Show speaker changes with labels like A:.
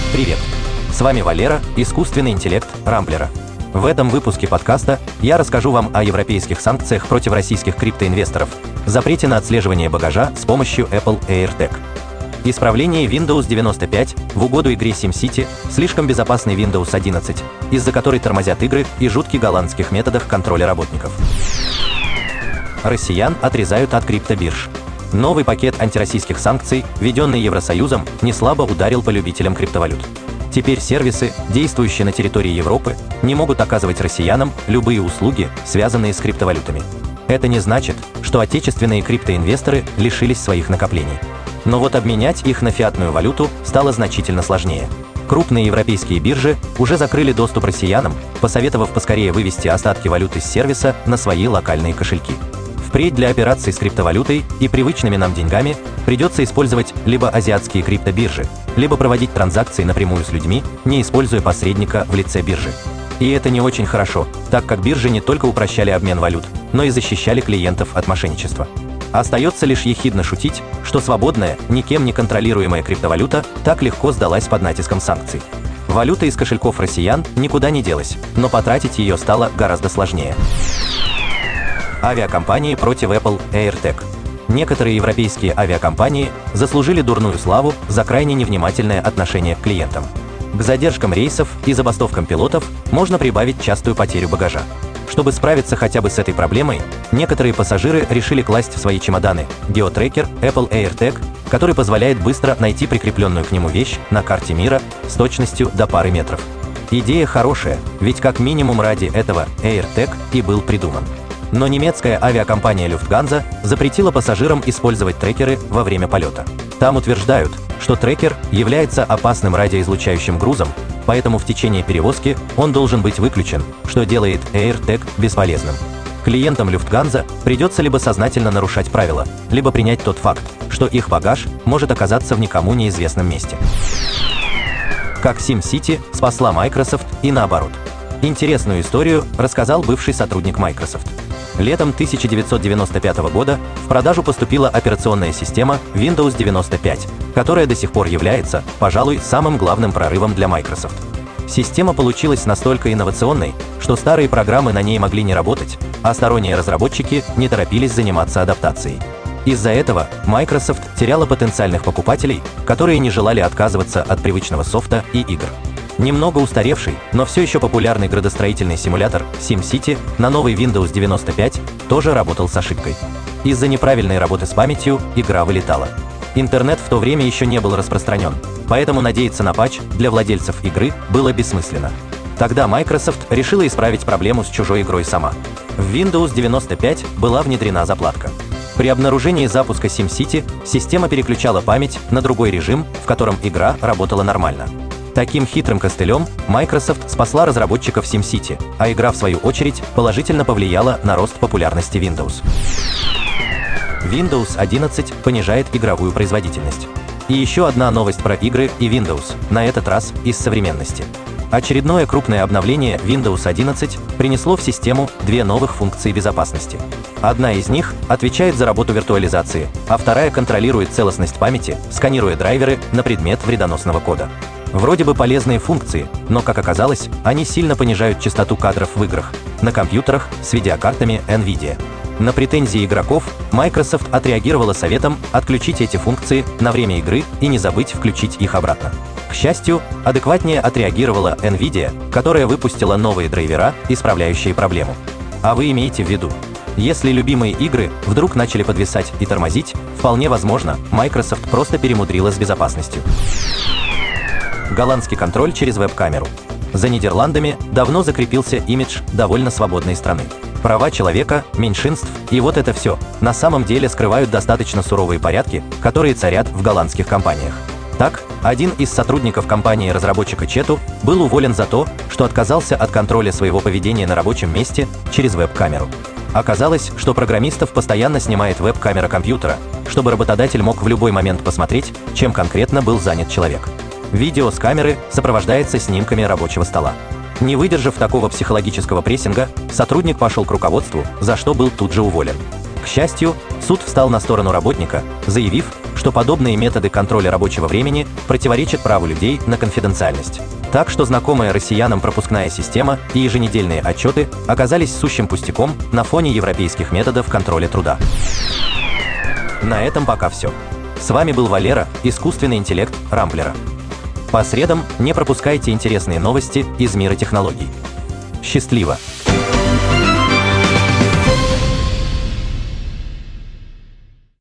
A: Привет! С вами Валера, искусственный интеллект Рамблера. В этом выпуске подкаста я расскажу вам о европейских санкциях против российских криптоинвесторов, запрете на отслеживание багажа с помощью Apple AirTag, исправлении Windows 95 в угоду игре SimCity, слишком безопасный Windows 11, из-за которой тормозят игры, и жутких голландских методах контроля работников. Россиян отрезают от криптобирж. Новый пакет антироссийских санкций, введенный Евросоюзом, неслабо ударил по любителям криптовалют. Теперь сервисы, действующие на территории Европы, не могут оказывать россиянам любые услуги, связанные с криптовалютами. Это не значит, что отечественные криптоинвесторы лишились своих накоплений. Но вот обменять их на фиатную валюту стало значительно сложнее. Крупные европейские биржи уже закрыли доступ россиянам, посоветовав поскорее вывести остатки валюты с сервиса на свои локальные кошельки. Впредь для операций с криптовалютой и привычными нам деньгами придется использовать либо азиатские криптобиржи, либо проводить транзакции напрямую с людьми, не используя посредника в лице биржи. И это не очень хорошо, так как биржи не только упрощали обмен валют, но и защищали клиентов от мошенничества. Остается лишь ехидно шутить, что свободная, никем не контролируемая криптовалюта так легко сдалась под натиском санкций. Валюта из кошельков россиян никуда не делась, но потратить ее стало гораздо сложнее. Авиакомпании против Apple AirTag. Некоторые европейские авиакомпании заслужили дурную славу за крайне невнимательное отношение к клиентам. К задержкам рейсов и забастовкам пилотов можно прибавить частую потерю багажа. Чтобы справиться хотя бы с этой проблемой, некоторые пассажиры решили класть в свои чемоданы геотрекер Apple AirTag, который позволяет быстро найти прикрепленную к нему вещь на карте мира с точностью до пары метров. Идея хорошая, ведь как минимум ради этого AirTag и был придуман. Но немецкая авиакомпания Lufthansa запретила пассажирам использовать трекеры во время полета. Там утверждают, что трекер является опасным радиоизлучающим грузом, поэтому в течение перевозки он должен быть выключен, что делает AirTag бесполезным. Клиентам Lufthansa придется либо сознательно нарушать правила, либо принять тот факт, что их багаж может оказаться в никому неизвестном месте. Как SimCity спасла Microsoft и наоборот. Интересную историю рассказал бывший сотрудник Microsoft. Летом 1995 года в продажу поступила операционная система Windows 95, которая до сих пор является, пожалуй, самым главным прорывом для Microsoft. Система получилась настолько инновационной, что старые программы на ней могли не работать, а сторонние разработчики не торопились заниматься адаптацией. Из-за этого Microsoft теряла потенциальных покупателей, которые не желали отказываться от привычного софта и игр. Немного устаревший, но все еще популярный градостроительный симулятор SimCity на новый Windows 95 тоже работал с ошибкой. Из-за неправильной работы с памятью игра вылетала. Интернет в то время еще не был распространен, поэтому надеяться на патч для владельцев игры было бессмысленно. Тогда Microsoft решила исправить проблему с чужой игрой сама. В Windows 95 была внедрена заплатка. При обнаружении запуска SimCity система переключала память на другой режим, в котором игра работала нормально. Таким хитрым костылем Microsoft спасла разработчиков SimCity, а игра, в свою очередь, положительно повлияла на рост популярности Windows. Windows 11 понижает игровую производительность. И еще одна новость про игры и Windows, на этот раз из современности. Очередное крупное обновление Windows 11 принесло в систему две новых функции безопасности. Одна из них отвечает за работу виртуализации, а вторая контролирует целостность памяти, сканируя драйверы на предмет вредоносного кода. Вроде бы полезные функции, но, как оказалось, они сильно понижают частоту кадров в играх, на компьютерах с видеокартами NVIDIA. На претензии игроков Microsoft отреагировала советом отключить эти функции на время игры и не забыть включить их обратно. К счастью, адекватнее отреагировала NVIDIA, которая выпустила новые драйвера, исправляющие проблему. А вы имеете в виду, если любимые игры вдруг начали подвисать и тормозить, вполне возможно, Microsoft просто перемудрила с безопасностью. Голландский контроль через веб-камеру. За Нидерландами давно закрепился имидж довольно свободной страны. Права человека, меньшинств и вот это все на самом деле скрывают достаточно суровые порядки, которые царят в голландских компаниях. Так, один из сотрудников компании-разработчика Чету был уволен за то, что отказался от контроля своего поведения на рабочем месте через веб-камеру. Оказалось, что программистов постоянно снимает веб-камера компьютера, чтобы работодатель мог в любой момент посмотреть, чем конкретно был занят человек. Видео с камеры сопровождается снимками рабочего стола. Не выдержав такого психологического прессинга, сотрудник пошел к руководству, за что был тут же уволен. К счастью, суд встал на сторону работника, заявив, что подобные методы контроля рабочего времени противоречат праву людей на конфиденциальность. Так что знакомая россиянам пропускная система и еженедельные отчеты оказались сущим пустяком на фоне европейских методов контроля труда. На этом пока все. С вами был Валера, искусственный интеллект Рамблера. По средам не пропускайте интересные новости из мира технологий. Счастливо!